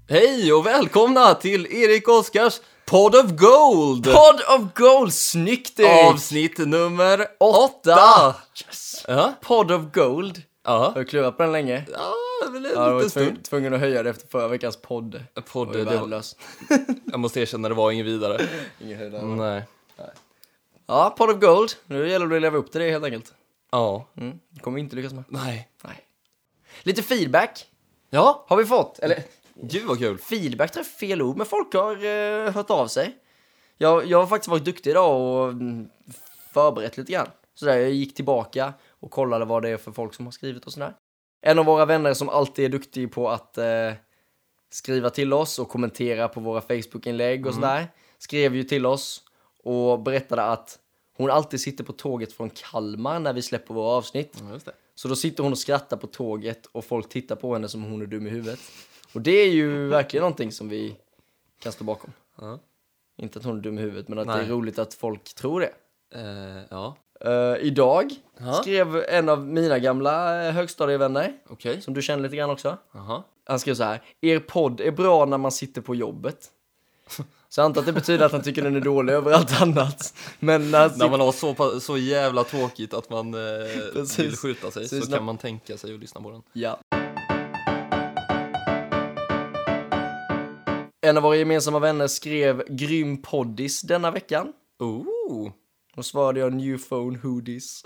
Hej och välkomna till Erik Oskars Pod of Gold! Pod of Gold, snyggt Erik! Avsnitt nummer 8! Yes. Ja. Pod of Gold. Ja. Har du klurat på den länge? Ja, det är väl en Jag var liten stund. tvungen att höja det efter förra veckans podd. Podd, Det var värdelös. jag måste erkänna, det var ingen vidare. Ingen höjdare. Nej. Ja, Pod of Gold. Nu gäller det att leva upp till det helt enkelt. Ja. Det kommer vi inte lyckas med. Nej. Nej. Lite feedback Ja. har vi fått. Eller Gud vad kul. feedback tror jag är fel ord, men folk har hört av sig. Jag har faktiskt varit duktig idag och förberett lite grann. Så där, jag gick tillbaka och kollade vad det är för folk som har skrivit och sådär. En av våra vänner som alltid är duktig på att skriva till oss och kommentera på våra Facebook-inlägg och sådär, skrev ju till oss och berättade att hon alltid sitter på tåget från Kalmar när vi släpper våra avsnitt. Ja, just det. Så då sitter hon och skrattar på tåget och folk tittar på henne som hon är dum i huvudet. Och det är ju verkligen någonting som vi kan stå bakom. Ja. Inte att hon är dum i huvudet, men att Nej. det är roligt att folk tror det. Ja. Idag Ja. skrev en av mina gamla högstadievänner, Okej. som du känner lite grann också. Jaha. Han skrev så här: er podd är bra när man sitter på jobbet. Så jag antar att det betyder att han tycker den är dålig över allt annat. Men När man har så jävla tråkigt att man Precis. vill skjuta sig Precis. så kan man tänka sig och lyssna på den. Ja. En av våra gemensamma vänner skrev grym poddis denna veckan. Oh. Och svarade jag new phone hoodies.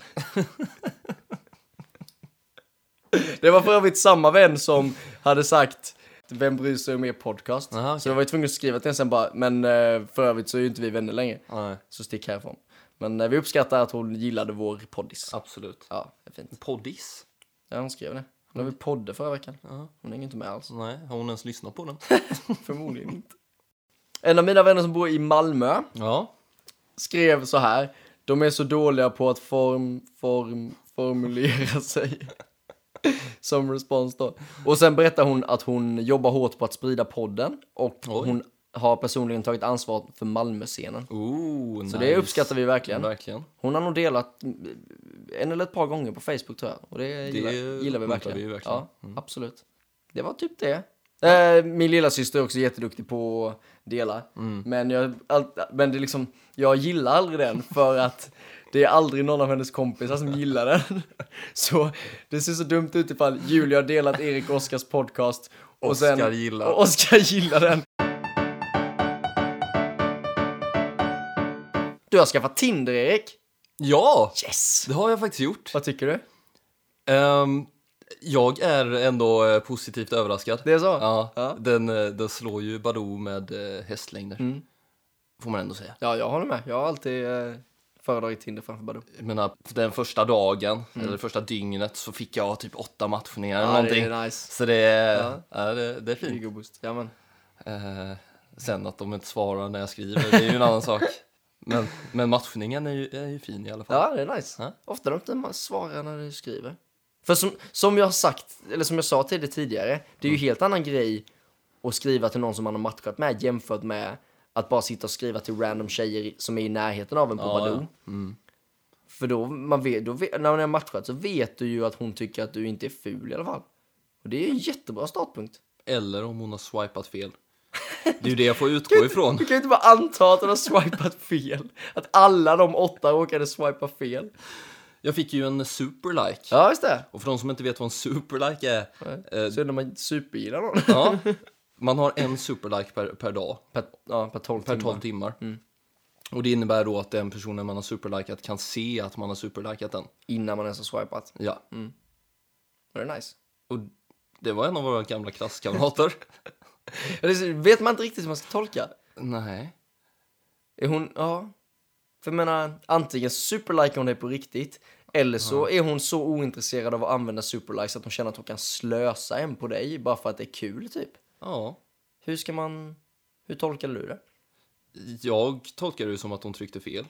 Det var för övrigt samma vän som hade sagt vem bryr sig om er podcast. Aha, okay. Så jag var ju tvungen att skriva till den sen bara, men för övrigt så är ju inte vi vänner längre. Nej, Så stick härifrån. Men vi uppskattar att hon gillade vår poddis. absolut. Ja, det är fint. Poddis? Ja, hon skrev det. Hon har vi podde förra veckan. Ja. Hon hänger inte med alls. Nej, har hon ens lyssnat på den? Förmodligen inte. En av mina vänner som bor i Malmö Ja. skrev så här: de är så dåliga på att formulera sig. Som respons då. Och sen berättar hon att hon jobbar hårt på att sprida podden. Och Oj. hon har personligen tagit ansvar för Malmö-scenen. Oh, Så det uppskattar vi verkligen. Verkligen. Hon har nog delat en eller ett par gånger på Facebook tror jag. Och det gillar vi uppmuntrar verkligen. vi verkligen. Ja, absolut. Det var typ det. Min lilla syster är också jätteduktig på att dela. Men men det är liksom, jag gillar aldrig den för att det är aldrig någon av hennes kompisar som gillar den. Så det ser så dumt ut ifall Julia har delat Erik och Oskars podcast och Oskar gillar. och Oskar gillar den. Du har skaffat Tinder, Erik. Ja, Yes! det har jag faktiskt gjort. Vad tycker du? Jag är ändå positivt överraskad. Det är så? Ja, Ja. Den slår ju Badoo med hästlängder. Får man ändå säga. Ja, jag håller med. Jag har alltid föredragit Tinder framför Badoo. Jag menar, den första dagen, eller första dygnet, så fick jag typ 8 matchningar eller Ja, någonting. det är nice. Så det är, det är fint. Ego boost. Ja, men. Sen att de inte svarar när jag skriver, det är ju en annan sak. Men matchningen är ju fin i alla fall. Ja, det är nice. Ja. Ofta de inte svarar när du skriver. För som jag har sagt, eller som jag sa till dig tidigare, det är ju helt annan grej att skriva till någon som man har matchat med jämfört med att bara sitta och skriva till random tjejer som är i närheten av en på Badoo. Ja. För då, när man är matchat så vet du ju att hon tycker att du inte är ful i alla fall. Och det är ju en jättebra startpunkt. Eller om hon har swipat fel. Det är ju det jag får utgå ifrån. Du kan ju inte bara anta att hon har swipat fel. Att alla de 8 råkade swipa fel. Jag fick ju en superlike. Ja, just det. Och för de som inte vet vad en superlike är. Så är det när man supergillar någon. Ja, man har en superlike per dag. Per 12 Per timmar. 12 timmar. Och det innebär då att den personen man har superlikat kan se att man har superlikat den. Innan man ens har swipat. Ja. Det är nice. Och det var en av våra gamla klasskamrater. Vet man inte riktigt hur man ska tolka. Nej. Är hon, ja. För jag menar, antingen superlikar hon det på riktigt. Eller så är hon så ointresserad av att använda superlikes att hon känner att hon kan slösa en på dig. Bara för att det är kul typ. Ja. Hur tolkar du det? Jag tolkar det som att hon tryckte fel.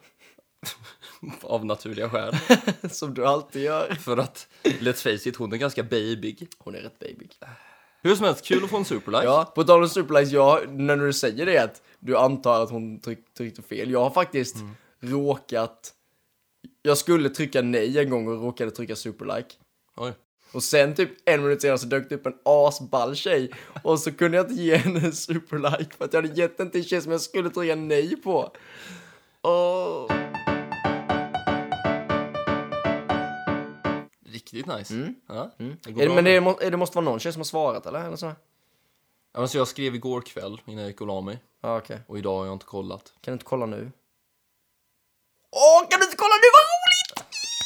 Av naturliga skäl. Som du alltid gör. För att, let's face it, hon är ganska babyig. Hon är rätt baby. Hur som helst, kul att få en superlike. Ja, på tal om superlikes, när du säger det att du antar att hon tryckte fel. Jag har faktiskt råkat... Jag skulle trycka nej en gång och råkade trycka superlike. Oj. Och sen typ 1 minut senare så dök det upp en asball tjej. Och så kunde jag inte ge henne en superlike för att jag hade gett den till en tjej som jag skulle trycka nej på. Åh. Riktigt nice. Ja, det går Är det, bra men nu. det måste vara någon tjej som har svarat eller så? Ja, så jag skrev igår kväll innan jag gick och la mig. Ja, okej. Och idag har jag inte kollat. Kan du inte kolla nu? Åh, kan du inte kolla nu? Vad roligt!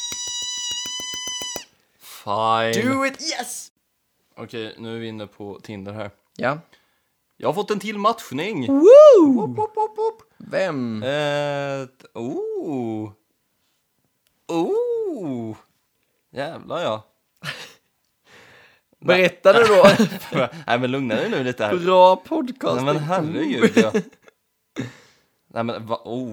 Fine. Do it, yes! Okej, nu är vi inne på Tinder här. Ja. Jag har fått en till matchning. Woo! Whoop, whoop, whoop, whoop. Vem? Jävlar ja. Berätta nu då. Nej men lugna dig nu lite här. Bra podcast. Nej men herregud ja. Nej men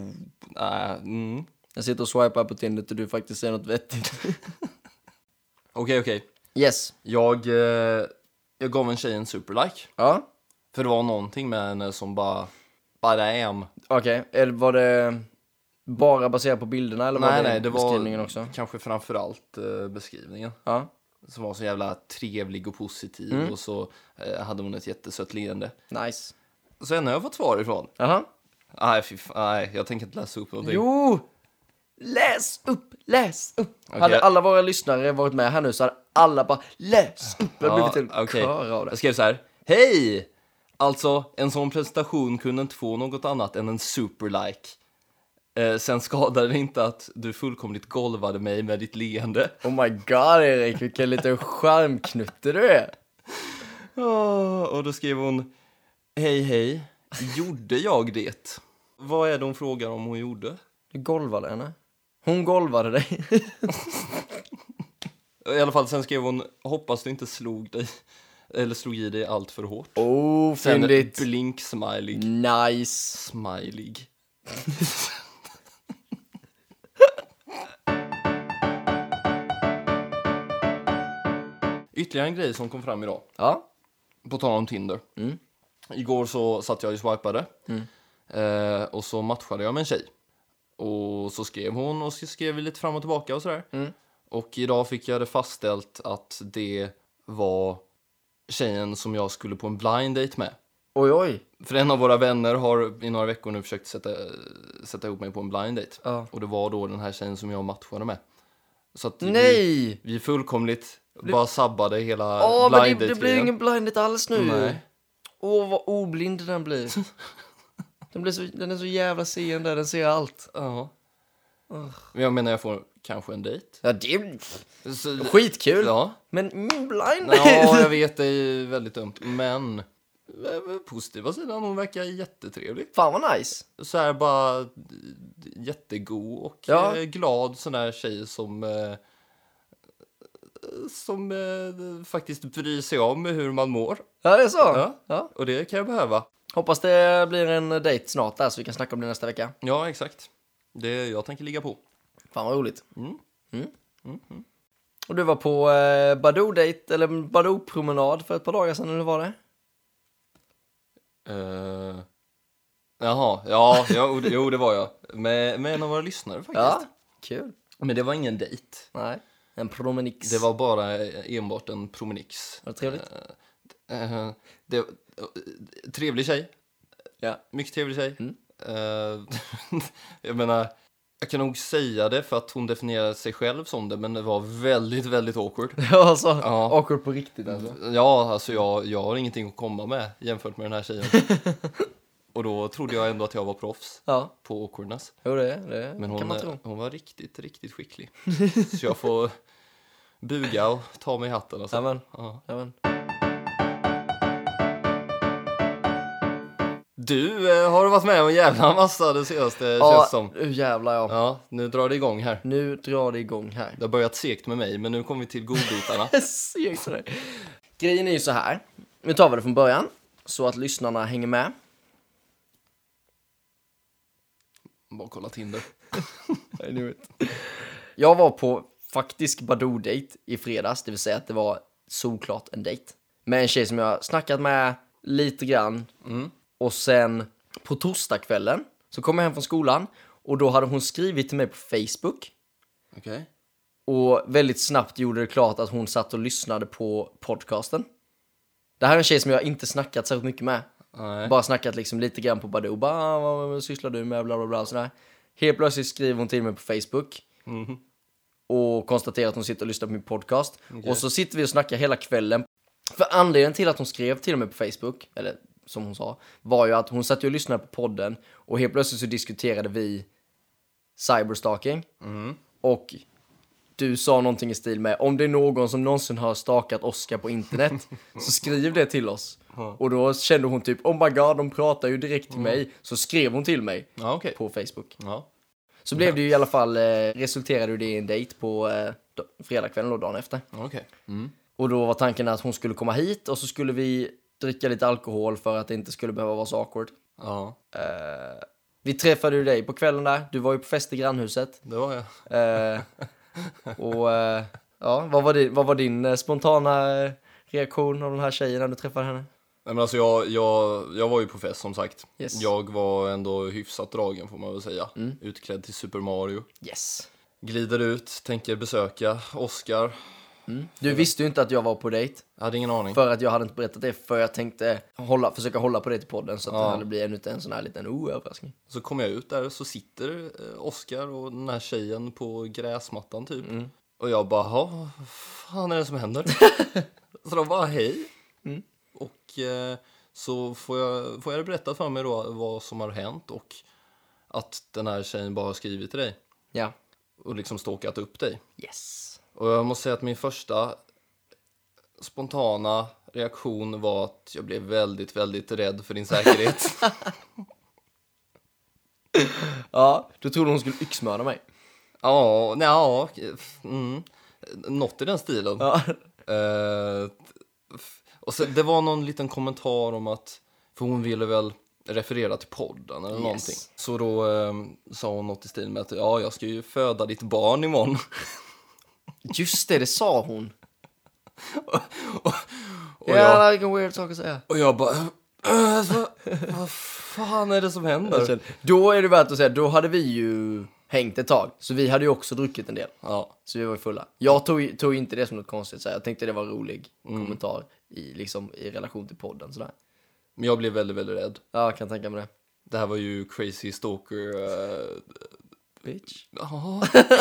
Jag sitter och swipar på Tinder och du faktiskt säger något vettigt. Okej. Yes. Jag gav en tjej en superlike. Ja. För det var någonting med henne som bara am. Okej. Var det bara baserat på bilderna eller var det Det beskrivningen var också? kanske framförallt beskrivningen. Ja. Som var så jävla trevlig och positiv. Och så hade hon ett jättesött leende. Nice. Så henne har jag fått svar ifrån. Jaha. Nej, jag tänker inte läsa upp någonting. Jo! Läs upp! Okej. Hade alla våra lyssnare varit med här nu så hade alla bara läs upp. Jag Ja, blivit till okej. kör av det. Jag skrev så här. Hej! Alltså, en sån prestation kunde inte få något annat än en superlike. Sen skadade det inte att du fullkomligt golvade mig med ditt leende. Oh my god Erik, vilken liten skärmknutte du är. Och då skrev hon. Hej, gjorde jag det? Vad är det hon frågar om hon gjorde? Du golvade henne. Hon golvade dig. I alla fall, sen skrev hon. Hoppas du inte slog i dig allt för hårt. Oh, Sen fyndigt. blink-smiley. Nice. Smiley. Ytterligare en grej som kom fram idag. Ja. På tal om Tinder. Igår så satt jag och swipade. Och så matchade jag med en tjej. Och så skrev hon och så skrev vi lite fram och tillbaka och sådär. Och idag fick jag det fastställt att det var tjejen som jag skulle på en blind date med. Oj. För en av våra vänner har i några veckor nu försökt sätta ihop mig på en blind date. Ja. Och det var då den här tjejen som jag matchade med. Så att Nej! vi fullkomligt bara sabbade hela Men blind det date. blir ingen blind date alls nu. Nej. Vad oblind den blir. Den är så jävla seende, den ser allt. Ja. Men jag menar jag får kanske en dejt. Ja, det är Så, skitkul. ja. Men min blind Ja, jag vet, det är väldigt dumt. Men positiva sidan, hon verkar jättetrevlig. Fan vad nice. Så här bara jättegod och glad sån här tjej som faktiskt bryr sig om hur man mår. Ja, det är så. Ja. Och det kan jag behöva. Hoppas det blir en dejt snart där så vi kan snacka om det nästa vecka. Ja, exakt. Det jag tänker ligga på. Fan vad roligt. Och du var på Badoo-date eller Badoo-promenad för ett par dagar sedan, eller var det? Jaha, ja, jo, det var jag. Med en av våra lyssnare faktiskt. Ja, kul. Men det var ingen dejt. Nej, en promenix. Det var bara enbart en promenix. Var det trevligt? Trevlig tjej. Ja. Mycket trevlig tjej. Jag menar, jag kan nog säga det för att hon definierar sig själv som det, men det var väldigt, väldigt awkward. Ja, alltså, Ja. awkward på riktigt alltså. Ja, alltså jag har ingenting att komma med jämfört med den här tjejen. Och då trodde jag ändå att jag var proffs Ja, på awkwardness. jo det Men kan man tro. hon var riktigt, riktigt skicklig. Så jag får buga och ta mig i hatten. Alltså. Jamen. Ja. Jamen. Du har varit med om en jävla massa det senaste, känns som. Nu jävlar ja. Ja, nu drar det igång här. Nu drar det igång här. Det har börjat segt med mig, men nu kommer vi till godbitarna. Segt sådär. Grejen är ju så här. Nu tar vi det från början så att lyssnarna hänger med. Bara kolla Tinder. Jag var på faktisk Badoo-date i fredags, det vill säga att det var solklart en dejt. Med en tjej som jag snackat med lite grann. Och sen på torsdagskvällen så kom jag hem från skolan och då hade hon skrivit till mig på Facebook. Okej. Och väldigt snabbt gjorde det klart att hon satt och lyssnade på podcasten. Det här är en tjej som jag inte snackat så mycket med. Nej. Bara snackat liksom lite grann på Badoo. Bara, vad sysslar du med? Bla bla bla. Sådär. Helt plötsligt skriver hon till mig på Facebook. Och konstaterar att hon sitter och lyssnar på min podcast. Okay. Och så sitter vi och snackar hela kvällen. För anledningen till att hon skrev till mig på Facebook, eller som hon sa, var ju att hon satt och lyssnade på podden. Och helt plötsligt så diskuterade vi cyberstalking. Och du sa någonting i stil med, om det är någon som någonsin har stakat Oscar på internet, så skriv det till oss. Och då kände hon typ, oh my god, de pratar ju direkt till mig. Så skrev hon till mig på Facebook. Ja. Så blev det ju i alla fall, resulterade det i en dejt på fredagskvällen och dagen efter. Okej. Och då var tanken att hon skulle komma hit och så skulle vi dricka lite alkohol för att det inte skulle behöva vara så awkward. Ja, Vi träffade ju dig på kvällen där, du var ju på fest i grannhuset. det var jag. Ja, vad var din spontana reaktion av den här tjejen när du träffade henne? Nej, men alltså jag var ju på fest som sagt. Yes. Jag var ändå hyfsat dragen får man väl säga. Utklädd till Super Mario. Yes. Glider ut, tänker besöka Oscar. Du visste ju inte att jag var på dejt. Jag hade ingen aning. För att jag hade inte berättat det, för jag tänkte försöka hålla på det till podden så att det blir ännu en sån här liten överraskning. Så kom jag ut där så sitter Oscar och den här tjejen på gräsmattan typ. Och jag bara, vad fan är det som händer? Så de bara, hej. Och så får jag det berättat för mig då vad som har hänt och att den här tjejen bara har skrivit till dig. Ja. Och liksom stalkat upp dig. Yes. Och jag måste säga att min första spontana reaktion var att jag blev väldigt, väldigt rädd för din säkerhet. Ja, du trodde hon skulle yxmörda mig. Något i den stilen. Ja. Och så, det var någon liten kommentar om att, för hon ville väl referera till podden eller någonting. Så då sa hon något i stil med att jag ska ju föda ditt barn imorgon. Just det sa hon. och Ja, vilken weird sak att säga. Och jag bara, vad fan är det som händer? Då är det värt att säga, då hade vi ju hängt ett tag. Så vi hade ju också druckit en del. Ja. Så vi var ju fulla. Jag tog inte det som något konstigt. Så jag tänkte det var en rolig kommentar i relation till podden. Sådär. Men jag blev väldigt, väldigt rädd. Ja, jag kan tänka mig det. Det här var ju Crazy Stalker. Bitch. Ja.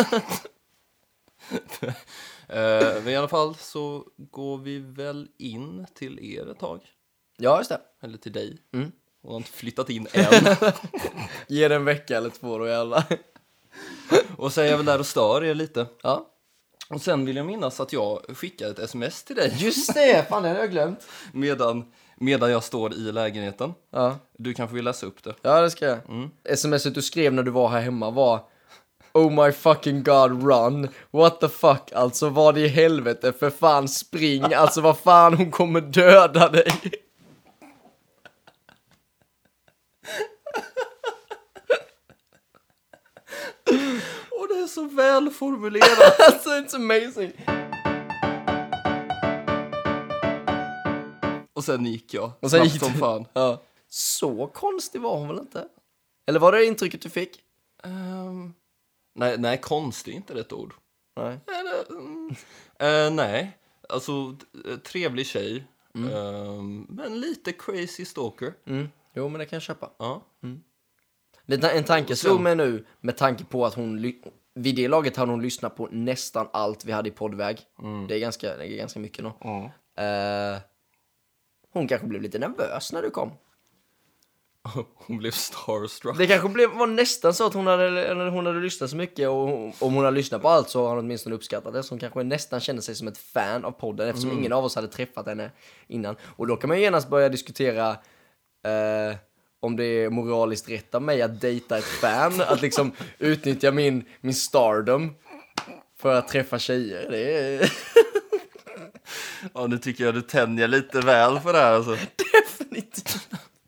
Men i alla fall så går vi väl in till er ett tag. Ja, just det. Eller till dig. Hon har inte flyttat in än. Ge det en vecka eller två då jävlar. Och så är jag väl där och stör er lite. Ja. Och sen vill jag minnas att jag skickade ett sms till dig. Just det, fan det hade jag glömt. Medan jag står i lägenheten. Ja. Du kanske vill läsa upp det. Ja, det ska jag. Smset du skrev när du var här hemma var: oh my fucking god, run. What the fuck, alltså vad i helvete, för fan spring. Alltså vad fan, hon kommer döda dig. Och det är så välformulerat. Alltså, it's amazing. Och sen gick jag. Och sen snabbt gick som du. fan. Ja. Så konstig var hon väl inte? Eller var det intrycket du fick? Nej, konstig är inte rätt ord. Nej. Nej, alltså trevlig tjej. Men lite crazy stalker. Jo, men det kan jag köpa. Ja. En tanke slog mig nu med tanke på att hon vid det laget hade hon lyssnat på nästan allt vi hade i poddväg. Det är ganska mycket nu. Hon kanske blev lite nervös när du kom. Hon blev starstruck. Det kanske var nästan så att hon hade lyssnat så mycket, och om hon hade lyssnat på allt så har hon åtminstone uppskattat det. Så hon kanske nästan kände sig som ett fan av podden eftersom ingen av oss hade träffat henne innan. Och då kan man ju genast börja diskutera om det är moraliskt rätt av mig att dejta ett fan, att liksom utnyttja min stardom för att träffa tjejer. Det är... Ja, nu tycker jag du tänjer lite väl för det här alltså. Definitivt.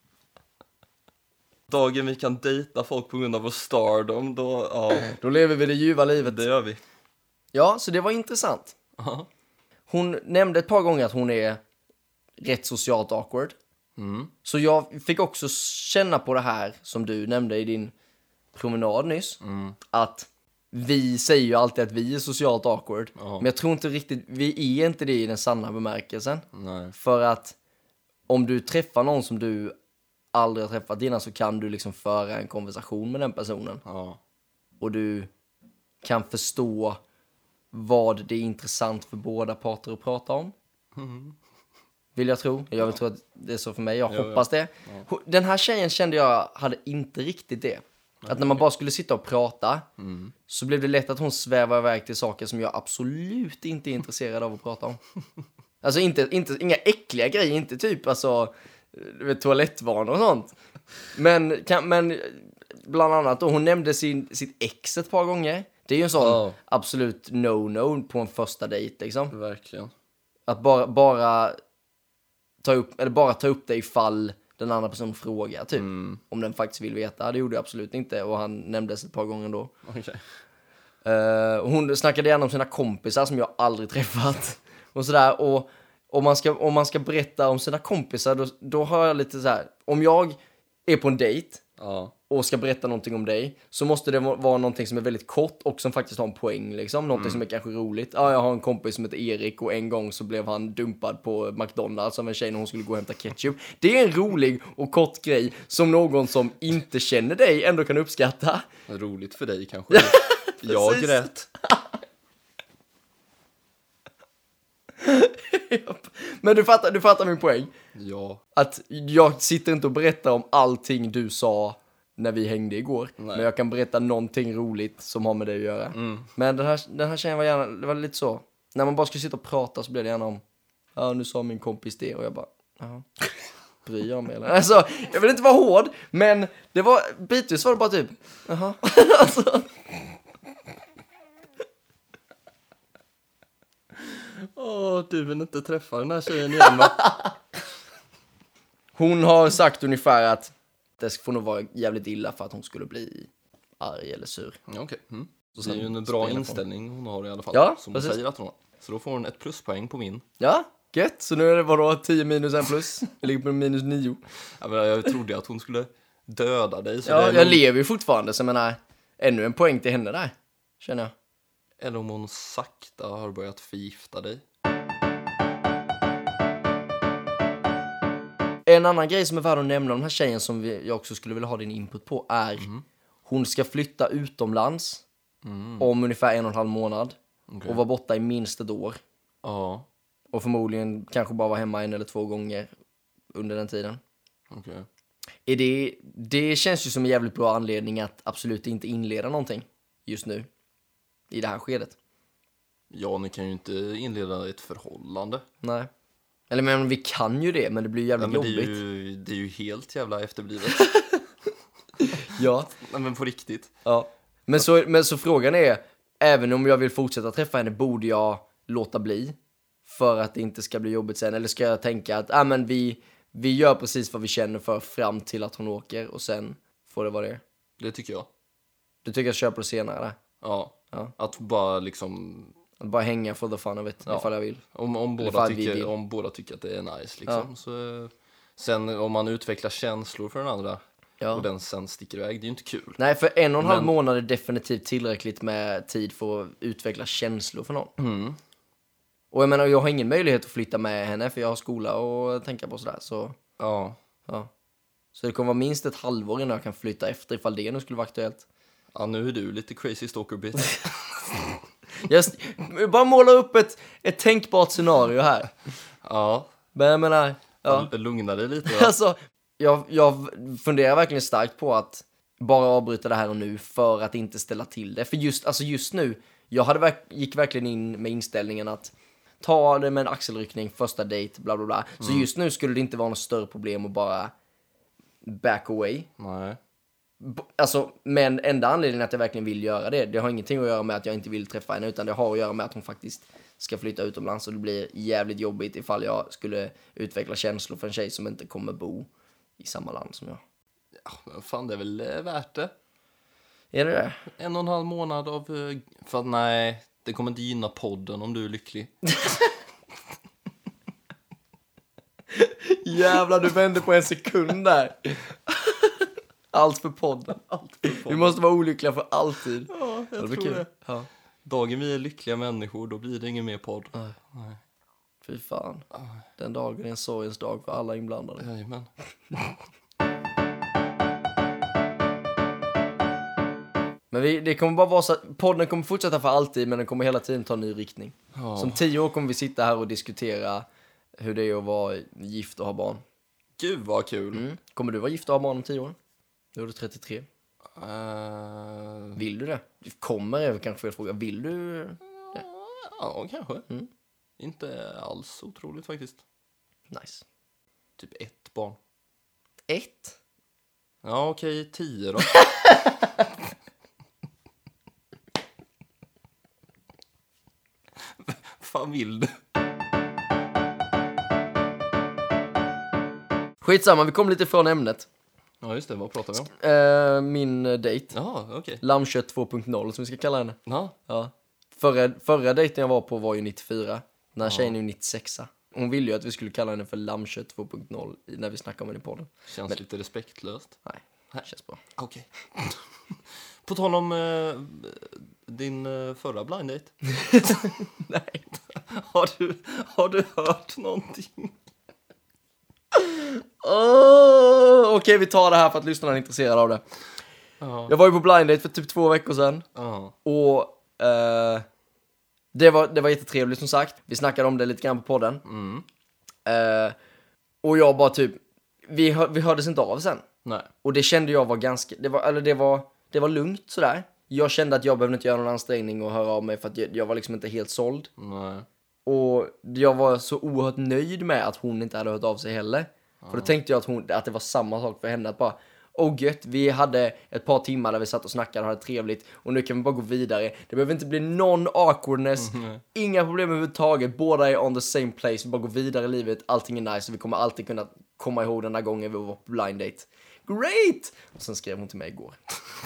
Dagen vi kan dejta folk på grund av vår stardom, Då lever vi det ljuva livet. det gör vi. Ja, så det var intressant. Hon nämnde ett par gånger att hon är rätt socialt awkward. Så jag fick också känna på det här som du nämnde i din promenad nyss. Att vi säger ju alltid att vi är socialt awkward. Ja. Men jag tror inte riktigt, vi är inte det i den sanna bemärkelsen. Nej. För att om du träffar någon som du aldrig har träffat innan så kan du liksom föra en konversation med den personen. Ja. Och du kan förstå vad det är intressant för båda parter att prata om. Vill jag tro. Jag vill tro att det är så för mig. Jag hoppas det. Ja. Den här tjejen kände jag hade inte riktigt det. Att när man bara skulle sitta och prata så blev det lätt att hon svävar iväg till saker som jag absolut inte är intresserad av att prata om. Alltså inga äckliga grejer, inte typ alltså, du vet, toalettvanor och sånt. Men bland annat, och hon nämnde sitt ex ett par gånger. Det är ju en sån absolut no-no på en första dejt liksom. Verkligen. Att bara ta upp det ifall den andra personen frågar typ. Om den faktiskt vill veta. Det gjorde jag absolut inte. Och han nämndes ett par gånger då. Okay. Hon snackade gärna om sina kompisar som jag aldrig träffat. Och sådär. Och om man ska berätta om sina kompisar då har jag lite så här. Om jag är på en dejt och ska berätta någonting om dig, så måste det vara någonting som är väldigt kort och som faktiskt har en poäng liksom. Någonting som är kanske roligt. Jag har en kompis som heter Erik och en gång så blev han dumpad på McDonalds av en tjej när hon skulle gå och hämta ketchup. Det är en rolig och kort grej som någon som inte känner dig ändå kan uppskatta. Roligt för dig kanske. Jag grät. Men du fattar min poäng. Ja. Att jag sitter inte och berättar om allting du sa när vi hängde igår. Nej. Men jag kan berätta någonting roligt som har med det att göra. Men den här tjejen var gärna, det var lite så. När man bara skulle sitta och prata så blev det gärna om, nu sa min kompis det. Och jag bara, bryr jag mig eller? Alltså, jag vill inte vara hård, men det var, bitvis var det bara typ, alltså. Du vill inte träffa den här tjejen igen, va? Hon har sagt ungefär att det får nog vara jävligt illa för att hon skulle bli arg eller sur. Okej. Så det är ju en bra inställning hon har i alla fall. Ja, som hon säger att hon har. Så då får hon ett pluspoäng på min. Ja, gött. Så nu är det vadå 10 minus 1 plus. Jag ligger på minus 9. Ja, men jag trodde att hon skulle döda dig. Så jag lever ju fortfarande, så jag menar, ännu en poäng till henne där, känner jag. Eller om hon sakta har börjat förgifta dig. En annan grej som är värd att nämna om den här tjejen som jag också skulle vilja ha din input på är hon ska flytta utomlands om ungefär 1,5 månad och vara borta i minst ett år. Ja. Och förmodligen kanske bara vara hemma 1 eller 2 gånger under den tiden. Okej. Det känns ju som en jävligt bra anledning att absolut inte inleda någonting just nu i det här skedet. Ja, ni kan ju inte inleda ett förhållande. Nej. Eller men vi kan ju det, men det blir jävligt jobbigt. Det är ju helt jävla efterblivet. Ja. Nej, men på riktigt. Ja. Men så frågan är, även om jag vill fortsätta träffa henne, borde jag låta bli? För att det inte ska bli jobbigt sen. Eller ska jag tänka att men vi gör precis vad vi känner för fram till att hon åker. Och sen får det vara det. Det tycker jag. Du tycker jag köper det senare? Ja. Att bara liksom... Att bara hänga for the fun of it, ifall jag vill. Om båda tycker att det är nice liksom. Ja. Så, sen om man utvecklar känslor för den andra och den sen sticker iväg, det är ju inte kul. Nej, för 1,5 månad är definitivt tillräckligt med tid för att utveckla känslor för någon. Och jag menar, jag har ingen möjlighet att flytta med henne för jag har skola och tänka på sådär. Så, ja. Så det kommer vara minst ett halvår innan jag kan flytta efter ifall det nu skulle vara aktuellt. Ja, nu är du lite crazy stalker bit. Jag bara måla upp ett tänkbart scenario här. Ja. Men jag menar... Lugna dig lite. Alltså, jag funderar verkligen starkt på att bara avbryta det här och nu för att inte ställa till det. För just nu, jag gick verkligen in med inställningen att ta det med en axelryckning, första date, bla bla bla. Så just nu skulle det inte vara något större problem att bara back away. Nej. Alltså, men enda anledningen att jag verkligen vill göra det har ingenting att göra med att jag inte vill träffa henne, utan det har att göra med att hon faktiskt ska flytta utomlands och det blir jävligt jobbigt ifall jag skulle utveckla känslor för en tjej som inte kommer bo i samma land som jag. Ja, men fan, det är väl värt det. Är det? 1,5 månad av... För att nej, det kommer inte gynna podden om du är lycklig. Jävlar, du vände på en sekund där. Allt för podden. Vi måste vara olyckliga för alltid. Ja, Det blir tror kul. det. Ja. Dagen vi är lyckliga människor, då blir det ingen mer podd. Nej. Nej. Fy fan. Den dagen är en sorgens dag för alla inblandade. Jajamän. Men det kommer bara vara så att podden kommer fortsätta för alltid, men den kommer hela tiden ta en ny riktning. Ja. Som 10 år kommer vi sitta här och diskutera hur det är att vara gift och ha barn. Gud vad kul. Kommer du vara gift och ha barn om 10 år? Då är du 33. Vill du det? Kommer är kanske fel fråga. Vill du? Ja, kanske. Inte alls otroligt faktiskt. Nice. Typ 1 barn. 1? Ja, okej, 10 då. Fan vill du? Skitsamma, vi kom lite från ämnet. Ja, just det. Vad pratar vi om? Min dejt. Ja, okej. Lammkött 2.0 som vi ska kalla henne. Ja. Ja. Förra dejten jag var på var ju 94. Den här tjejen är ju 96. Hon ville ju att vi skulle kalla henne för Lammkött 2.0 när vi snackade om henne i podden. Känns lite respektlöst. Nej, det känns bra. Okej. På tal om din förra blind date. Nej. Har du hört någonting? Okej, vi tar det här för att lyssnarna är intresserade av det. Jag var ju på blind date för typ 2 veckor sedan. Och det var jättetrevligt som sagt. Vi snackade om det lite grann på podden. Och jag bara typ vi hördes inte av sen. Nej. Och det kände jag var ganska det var lugnt sådär. Jag kände att jag behövde inte göra någon ansträngning och höra av mig för att jag var liksom inte helt såld. Nej. Och jag var så oerhört nöjd med att hon inte hade hört av sig heller. För då tänkte jag att det var samma sak för henne. Att bara, gött, vi hade ett par timmar där vi satt och snackade och hade trevligt. Och nu kan vi bara gå vidare. Det behöver inte bli någon awkwardness. Inga problem överhuvudtaget. Båda är on the same place. Vi bara går vidare i livet. Allting är nice. Och vi kommer alltid kunna komma ihåg den där gången vi var på blind date. Great! Och sen skrev hon till mig igår.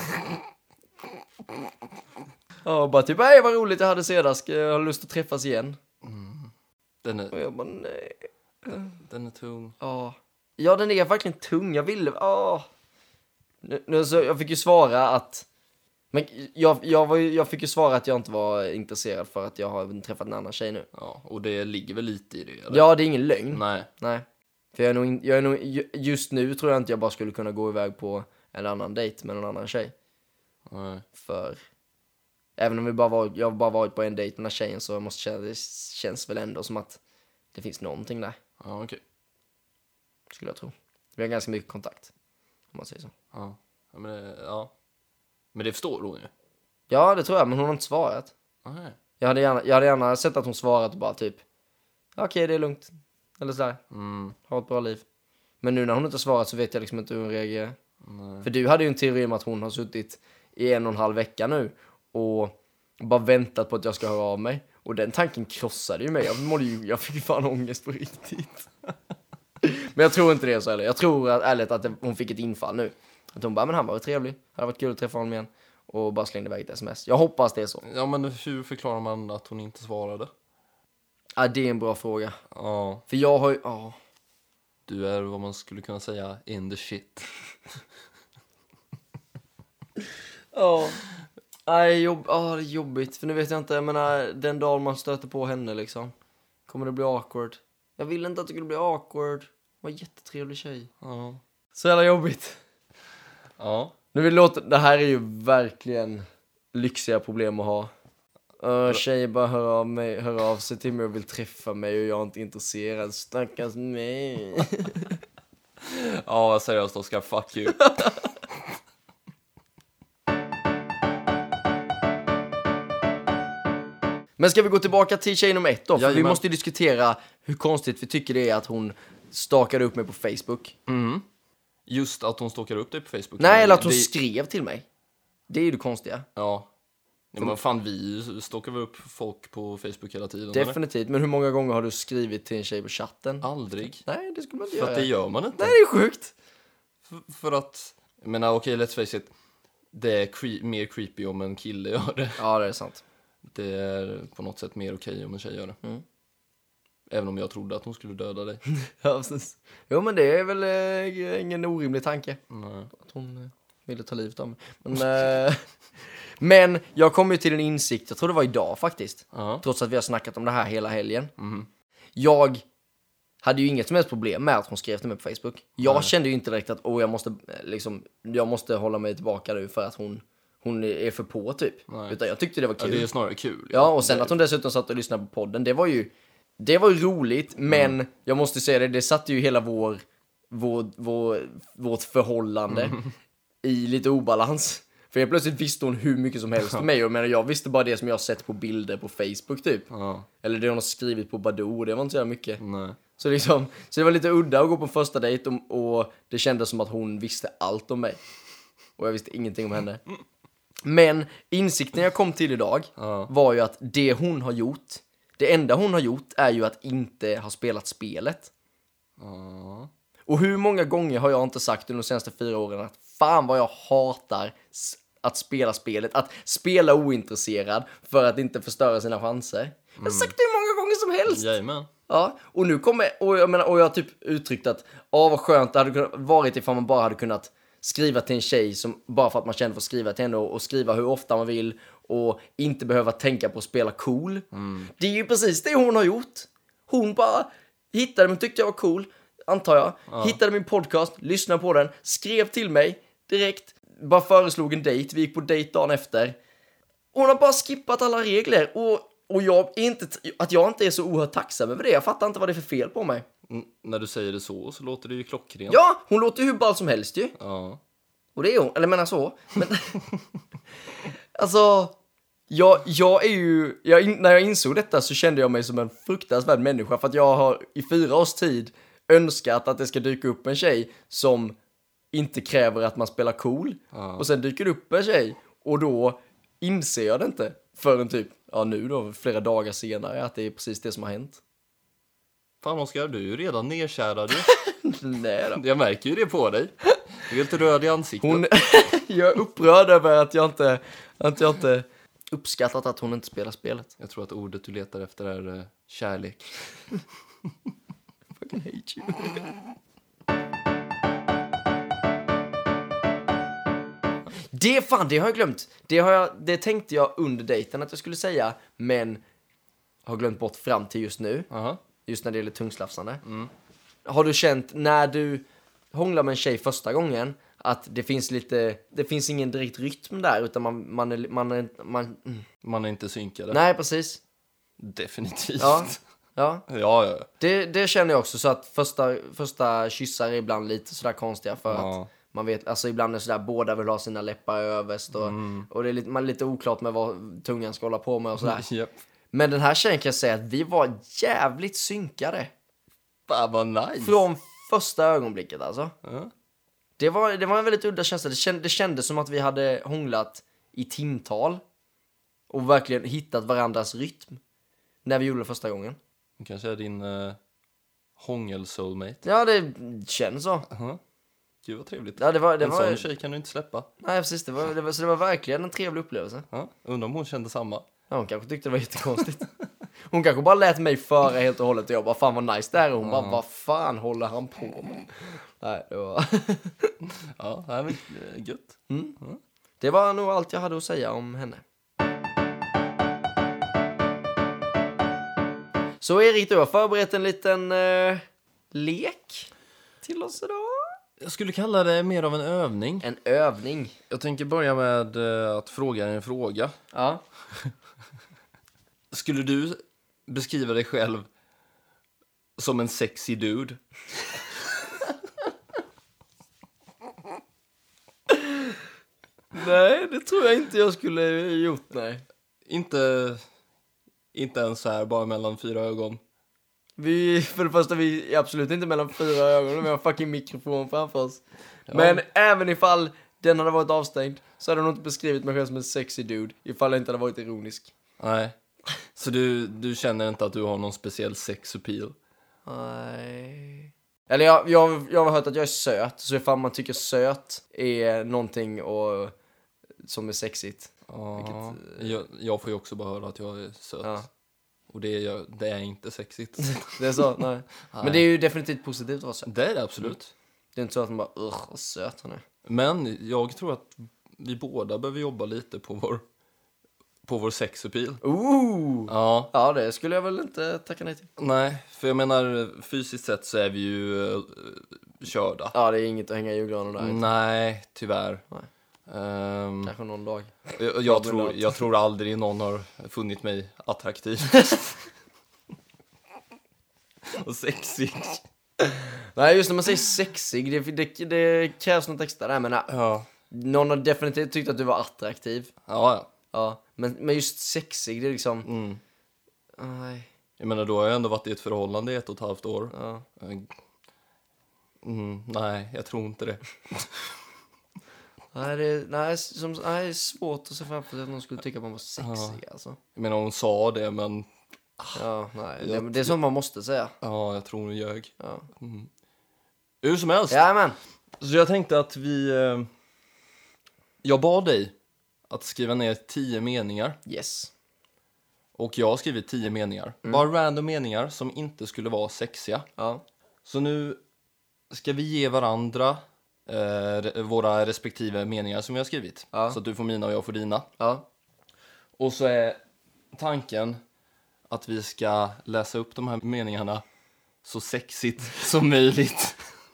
Och bara typ, vad roligt jag hade senast. Jag har lust att träffas igen. Och jag bara, nej. Den är tung. Ja, den är verkligen tung. Jag ville... Nu, så jag fick ju svara att... Men jag fick ju svara att jag inte var intresserad för att jag har träffat en annan tjej nu. Ja, och det ligger väl lite i det, eller? Ja, det är ingen lögn. Nej. För jag är nog... Just nu tror jag inte jag bara skulle kunna gå iväg på en annan dejt med någon annan tjej. Nej. För... Även om jag bara varit på en dejt med den här tjejen så det känns väl ändå som att det finns någonting där. Ja, okej. Skulle jag tro. Vi har ganska mycket kontakt, om man säger så. Ja. Men det förstår hon ju. Ja, det tror jag, men hon har inte svarat. Nej. Jag hade gärna sett att hon svarat och bara typ okej, det är lugnt. Eller sådär. Ha ett bra liv. Men nu när hon inte svarat så vet jag liksom inte hur hon reagerar. Nej. För du hade ju en teori om att hon har suttit i 1,5 vecka nu och bara väntat på att jag ska höra av mig. Och den tanken krossade ju mig. Jag fick fan ångest på riktigt. Men jag tror inte det är så heller. Jag tror ärligt att hon fick ett infall nu. Att hon bara, men han var trevlig. Det hade varit kul att träffa honom igen. Och bara slängde iväg ett sms. Jag hoppas det är så. Ja, men hur förklarar man att hon inte svarade? Ja, det är en bra fråga. Ja. För jag har ju... Du är vad man skulle kunna säga in the shit. Nej, det är jobbigt. För nu vet jag inte, jag menar, den dagen man stöter på henne liksom. Kommer det bli awkward? Jag vill inte att det skulle bli awkward. Hon var en jättetrevlig tjej. Ja. Så jävla jobbigt. Ja. Det här är ju verkligen lyxiga problem att ha. Tjejer bara hör av sig till mig och vill träffa mig och jag är inte intresserad. Stackars mig. Ja, seriöst Oskar, fuck you. Men ska vi gå tillbaka till tjej nummer 1 då? För vi Jajamän. måste ju diskutera hur konstigt vi tycker det är att hon stakade upp mig på Facebook. Just att hon stalkar upp dig på Facebook. Nej, eller att hon skrev till mig. Det är ju det konstiga. Ja. Men fan, vi stalkar väl upp folk på Facebook hela tiden? Definitivt, eller? men hur många gånger har du skrivit till en tjej på chatten? Aldrig. Nej, det skulle man inte För göra. att det gör man inte. Nej, det är sjukt. För att, jag menar, okej, let's face it. Det är mer creepy om en kille gör det. Ja, det är sant. Det är på något sätt mer okej om en tjej gör det. Även om jag trodde att hon skulle döda dig. Ja, precis. Jo, men det är väl ingen orimlig tanke. Nej. Att hon ville ta livet av mig. Men jag kom ju till en insikt, jag tror det var idag faktiskt. Ja. Trots att vi har snackat om det här hela helgen. Jag hade ju inget som helst problem med att hon skrev till mig på Facebook. Jag kände ju inte direkt att jag måste hålla mig tillbaka nu för att hon är för på typ. Nej. Utan jag tyckte det var kul. Ja, det är snarare kul. Ja, och sen att hon dessutom satt och lyssnade på podden, det var ju roligt, men jag måste säga det satte ju hela vårt förhållande i lite obalans. För jag plötsligt visste hon hur mycket som helst om mig. Och jag visste bara det som jag har sett på bilder på Facebook typ. Ja. Eller det hon har skrivit på Badoo, det var inte så jävla mycket. Nej. Så det var lite udda att gå på en första dejt och det kändes som att hon visste allt om mig. Och jag visste ingenting om henne. Men insikten jag kom till idag var ju att det enda hon har gjort är ju att inte ha spelat spelet. Ja. Och hur många gånger har jag inte sagt under de senaste 4 åren att fan vad jag hatar att spela spelet, att spela ointresserad för att inte förstöra sina chanser. Jag har sagt det hur många gånger som helst. Jajamän. Ja, och nu och jag har typ uttryckt att vad skönt det hade kunnat varit ifall man bara hade kunnat skriva till en tjej som bara för att man känner för att skriva till henne och skriva hur ofta man vill och inte behöva tänka på att spela cool. Det är ju precis det hon har gjort. Hon bara hittade mig, tyckte jag var cool, antar jag. Hittade min podcast, lyssnade på den, skrev till mig direkt, bara föreslog en dejt, vi gick på dejt dagen efter. Hon har bara skippat alla regler och jag inte är så oerhört tacksam över det. Jag fattar inte vad det är för fel på mig. När du säger det så låter det ju klockrent. Ja, hon låter hur ball som helst ju. Ja. Och det är hon, eller menar så. Men, alltså, när jag insåg detta så kände jag mig som en fruktansvärd människa. För att jag har i 4 års tid önskat att det ska dyka upp en tjej som inte kräver att man spelar cool. Och sen dyker det upp en tjej och då inser jag det inte förrän typ, nu då, flera dagar senare, att det är precis det som har hänt. Fan Oskar, du är ju redan nedkärad ju. Nej då. Jag märker ju det på dig. Du är helt röd i ansiktet. Jag är upprörd över att jag inte uppskattat att hon inte spelar spelet. Jag tror att ordet du letar efter är kärlek. Fucking hate you. Det har jag glömt. Det tänkte jag under dejten att jag skulle säga, men har glömt bort fram till just nu. Just när det gäller tungslafsande. Har du känt när du hånglar med en tjej första gången att det finns ingen direkt rytm där, utan Man är inte synkade. Nej, precis. Definitivt. Ja. Ja. Det känner jag också, så att första kyssar är ibland lite sådär konstiga för att man vet, alltså ibland är det sådär, båda vill ha sina läppar överst och det är lite oklart med vad tungan ska hålla på med och sådär. Yep. Men den här tjejen kan jag säga att vi var jävligt synkade. Fan vad nice. Från första ögonblicket alltså. Det var en väldigt udda känsla. Det kändes som att vi hade hånglat i timtal och verkligen hittat varandras rytm när vi gjorde det första gången. Det kanske är din hångel-soulmate. Ja, det känns så. Gud vad trevligt. Ja, en sån tjej kan du inte släppa. Nej, precis. Det var verkligen en trevlig upplevelse. Ja, undrar om hon kände samma. Ja, hon kanske tyckte det var jättekonstigt. Hon kanske bara lät mig föra helt och hållet och jag bara, fan vad nice det här. Och hon bara, vad fan håller han på med? Nej, det var... Ja, det är gött. Det var nog allt jag hade att säga om henne. Så Erik, du har förberett en liten lek till oss idag. Jag skulle kalla det mer av en övning. En övning? Jag tänker börja med att fråga en fråga. Ja. Skulle du beskriva dig själv som en sexy dude? Nej, det tror jag inte jag skulle gjort, nej. Inte ens så här, bara mellan 4 ögon. För det första, vi är absolut inte mellan 4 ögon. Vi har en fucking mikrofon framför oss. Ja. Men även ifall den hade varit avstängd så hade jag nog inte beskrivit mig själv som en sexy dude ifall jag inte hade varit ironisk. Nej. Så du känner inte att du har någon speciell sex-appeal? Nej. Eller jag har hört att jag är söt. Så ifall man tycker söt är någonting som är sexigt. Ja, jag får ju också bara höra att jag är söt. Ja. Och det är inte sexigt. Det är så? Nej. Men det är ju definitivt positivt att vara söt. Det är det absolut. Det är inte så att man bara, vad söt han är. Men jag tror att vi båda behöver jobba lite på vår sexappeal. Ja. Ja, Det skulle jag väl inte tacka nej till. nej, för jag menar fysiskt sett så är vi ju körda. Ja, det är inget att hänga i julgranen där. Nej, tyvärr. Nej. Ehm, Kanske någon dag. jag tror aldrig någon har funnit mig attraktiv. Och sexig. Nej, just när man säger sexig, det krävs något extra där. Men Ja. någon har definitivt tyckt att du var attraktiv. Ja. Ja, men just sexig, det är liksom... Mm. Nej. Jag menar, då har jag ändå varit i ett förhållande i 1,5 år. Ja. Nej, jag tror inte det. Nej, det är svårt att se framför sig att någon skulle tycka att man var sexig, alltså. Jag menar, hon sa det, men Ja, nej. Det är som man måste säga. ja, jag tror hon ljög. Ja. Hur som helst. Jajamän. Så jag tänkte att jag bad dig att skriva ner 10 meningar. Yes. Och jag har skrivit 10 meningar. Bara random meningar som inte skulle vara sexiga. Ja. Så nu ska vi ge varandra våra respektive meningar som vi har skrivit. Ja. Så att du får mina och jag får dina. Ja. Och så är tanken att vi ska läsa upp de här meningarna så sexigt som möjligt.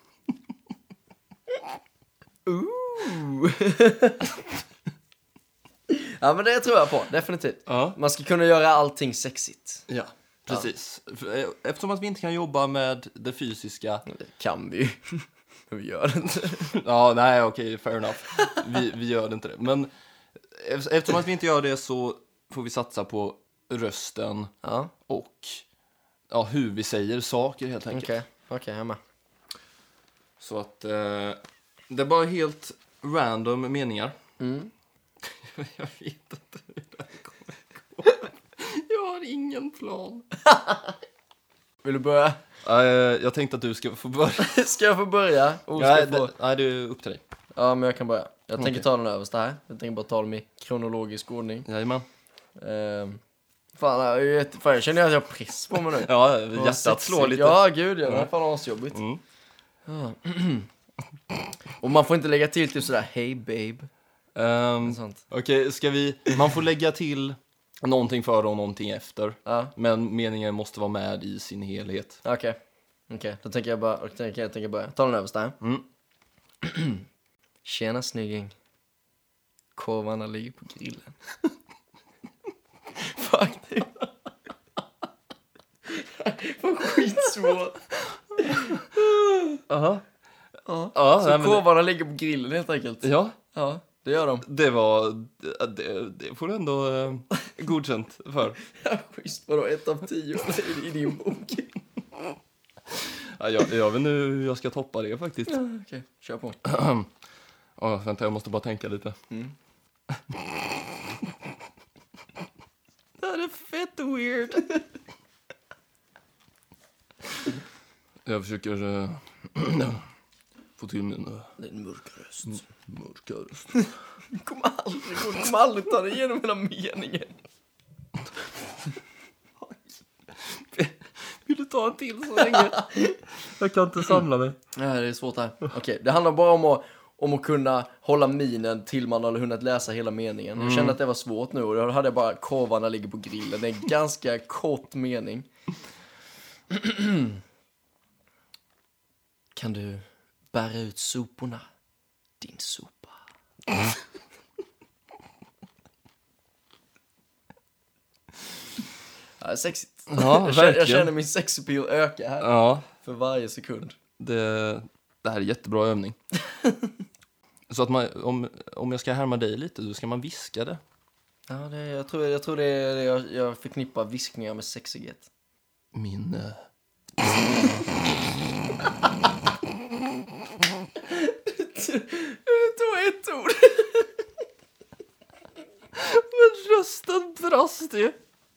Ja, men det tror jag på, definitivt. Ja. Man ska kunna göra allting sexigt. Ja, precis. Eftersom att vi inte kan jobba med det fysiska. Det kan vi ju. Men vi gör det inte. Ja, nej, okej, fair enough. Vi gör det inte det. Men eftersom att vi inte gör det så får vi satsa på rösten Ja. och hur vi säger saker helt enkelt. Okej, jag är med. Så att det är bara helt random meningar. Jag vet inte hur det här kommer gå. Jag har ingen plan. Vill du börja? Jag tänkte att du ska få börja. Ska jag få börja? Nej, det är upp till dig. Ja, men jag kan börja. Jag tänker Okej. ta den översta här. Jag tänker bara ta dem i kronologisk ordning. Jajamän. Jag känner att jag har press på mig nu. Ja, hjärtat slår lite. Ja, gud, det är fan asjobbigt. Och man får inte lägga till typ sådär, hey babe. Sånt. Okej, man får lägga till någonting före och någonting efter. Ja. Men meningen måste vara med i sin helhet. Okej, då tänker jag bara, börja. Ta den översta här. Tjena snygging. Korvarna ligger på grillen. Fuck det. Vad skitsvårt. Aha. Ja, så korvarna ligger på grillen helt enkelt. Ja, Ja, det gör de. det får du ändå godkänt för. Ja, schysst. Vadå, 1 av 10 i din bok? Ja, jag vet nu hur jag ska toppa det faktiskt. Ja, okej, kör på. Vänta, jag måste bara tänka lite. Det här är fett weird. Jag försöker få till min mörka röst. mörka röst. Du kommer aldrig ta dig igenom hela meningen. Vill du ta en till så länge? Jag kan inte samla mig. Nej, det är svårt här. Okej, det handlar bara om att kunna hålla minen till man har hunnit läsa hela meningen. Jag kände att det var svårt nu och då hade jag bara korvarna ligger på grillen. Det är en ganska kort mening. Kan du bära ut soporna? Din sopa. Ja, sexigt. Ja, jag verkligen. känner min sexappeal öka här Ja, för varje sekund. det här är jättebra övning. Så att om jag ska härma dig lite, då ska man viska det. Ja, jag tror det är det jag förknippar viskningar med sexighet. Min... Det tog ett ord. Men rösten brast ju.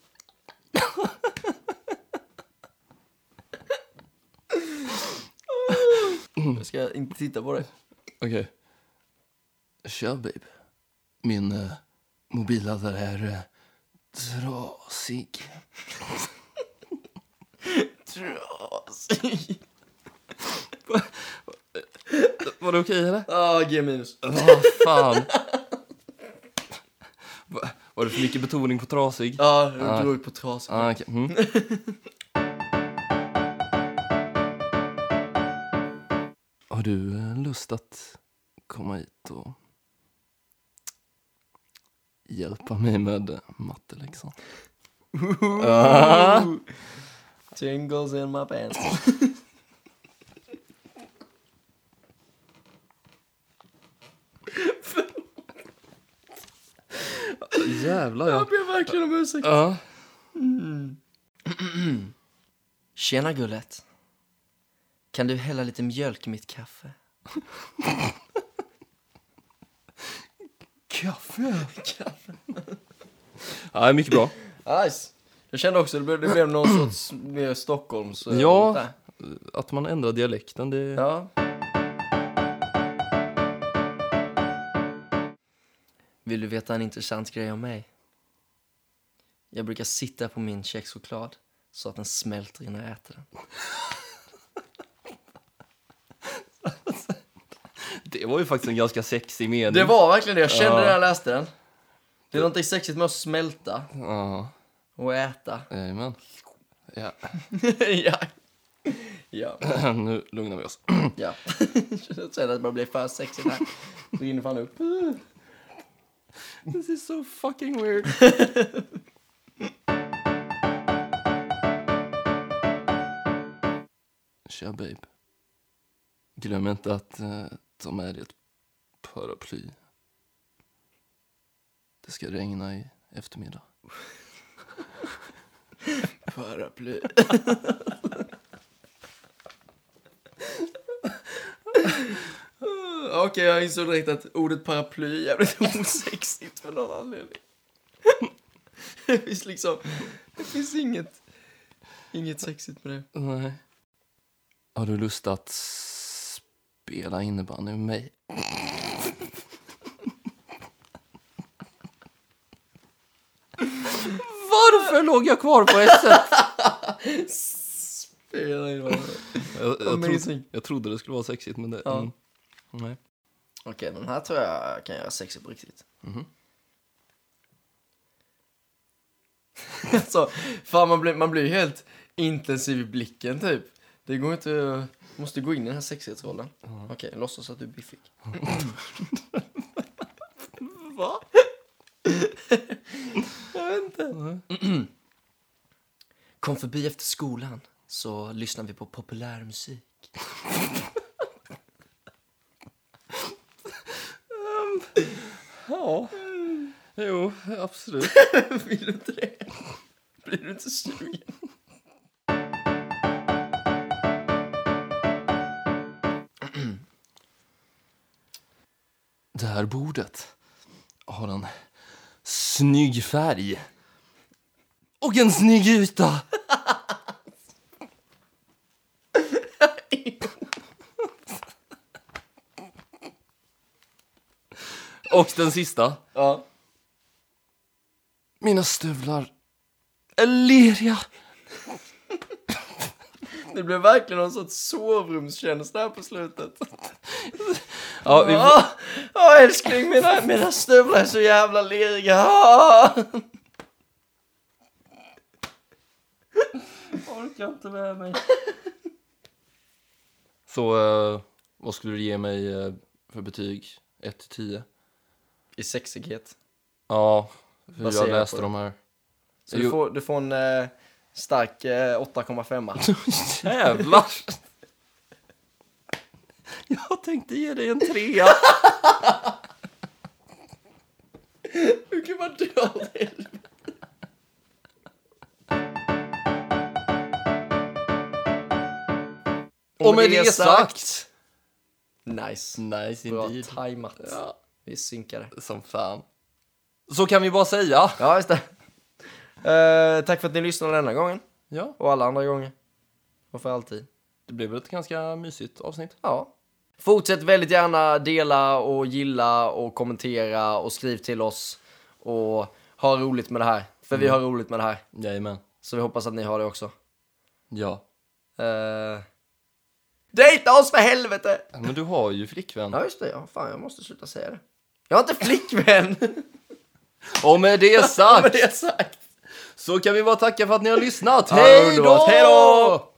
Jag ska inte titta på det. Okej. Tja, babe. Min mobilladdare är trasig. Trasig. Var det okej, eller? Ja, G-. Vad fan. Var det för mycket betoning på trasig? Ja, du drog på trasig. Okay. Har du lust att komma hit och hjälpa mig med matteläxan? Tingles in my pants. Jävlar, Jag ber verkligen om ursäkt. Ja. Tjena gullet. Kan du hälla lite mjölk i mitt kaffe? Kaffe. Ja, mycket bra. Nice. Jag kände också det blev någon sorts mer Stockholms... Ja, där. att man ändrar dialekten, det... Ja. Vill du veta en intressant grej om mig? Jag brukar sitta på min kexchoklad så att den smälter innan jag äter den. Det var ju faktiskt en ganska sexig mening. Det var verkligen det. Jag kände när jag läste den. Det är någonting sexigt med att smälta Ja. och äta. Jajamän. Ja. Ja. Ja. Nu lugnar vi oss. Ja. Jag känner att det bara blir för sexigt här. Så rinner fan upp. This is so fucking weird. Tja, babe. Glöm inte att ta med dig ett paraply. Det ska regna i eftermiddag. Paraply. Okej, jag insåg direkt att ordet paraply är jävligt osexigt för någon anledning. Det finns inget sexigt med det. Nej. Har du lust att spela innebandy med mig? Varför låg jag kvar på S1? Spela innebandy. Jag trodde det skulle vara sexigt, men det... Ja. Nej. Okej, den här tror jag kan göra sexigt på riktigt. Alltså, fan man blir ju helt intensiv i blicken typ. Det går inte, måste gå in i den här sexighetsrollen. Okej, låtsas att du är biffig. Va? Jag vet inte. Kom förbi efter skolan så lyssnar vi på populär musik. Ja. Jo, absolut. Vill du inte det? Blir du inte sugen? Det här bordet har en snygg färg. Och en snygg yta. Och den sista. Ja. Mina stövlar är leriga. Det blev verkligen någon sorts sovrumskänsla här på slutet. Ja, älskling, mina stövlar är så jävla leriga. Orkar inte med mig. Så vad skulle du ge mig för betyg? 1-10? I sexighet. Ja, hur jag Baserat läste på de här. Så du får en stark 8,5. Jävlar! Jag tänkte ge dig en 3. Hur kan man dra det? Och med det sagt. Nice. Nice Bra indeed. tajmat. Ja, Vi är synkade. som fan. Så kan vi bara säga. Ja, just det. Tack för att ni lyssnade denna gången. Ja, Och alla andra gånger. Och för alltid. det blev väl ett ganska mysigt avsnitt. Ja. Fortsätt väldigt gärna dela och gilla och kommentera och skriv till oss. Och ha roligt med det här. För vi har roligt med det här. Jajamän. Så vi hoppas att ni har det också. Ja. Dejta oss för helvete! Men du har ju flickvän. Ja, just det. Ja, fan, jag måste sluta säga det. Jag har inte flickvän! Och med det sagt Med det sagt. så kan vi bara tacka för att ni har lyssnat. Ja, Hej underbart. då! Hej då!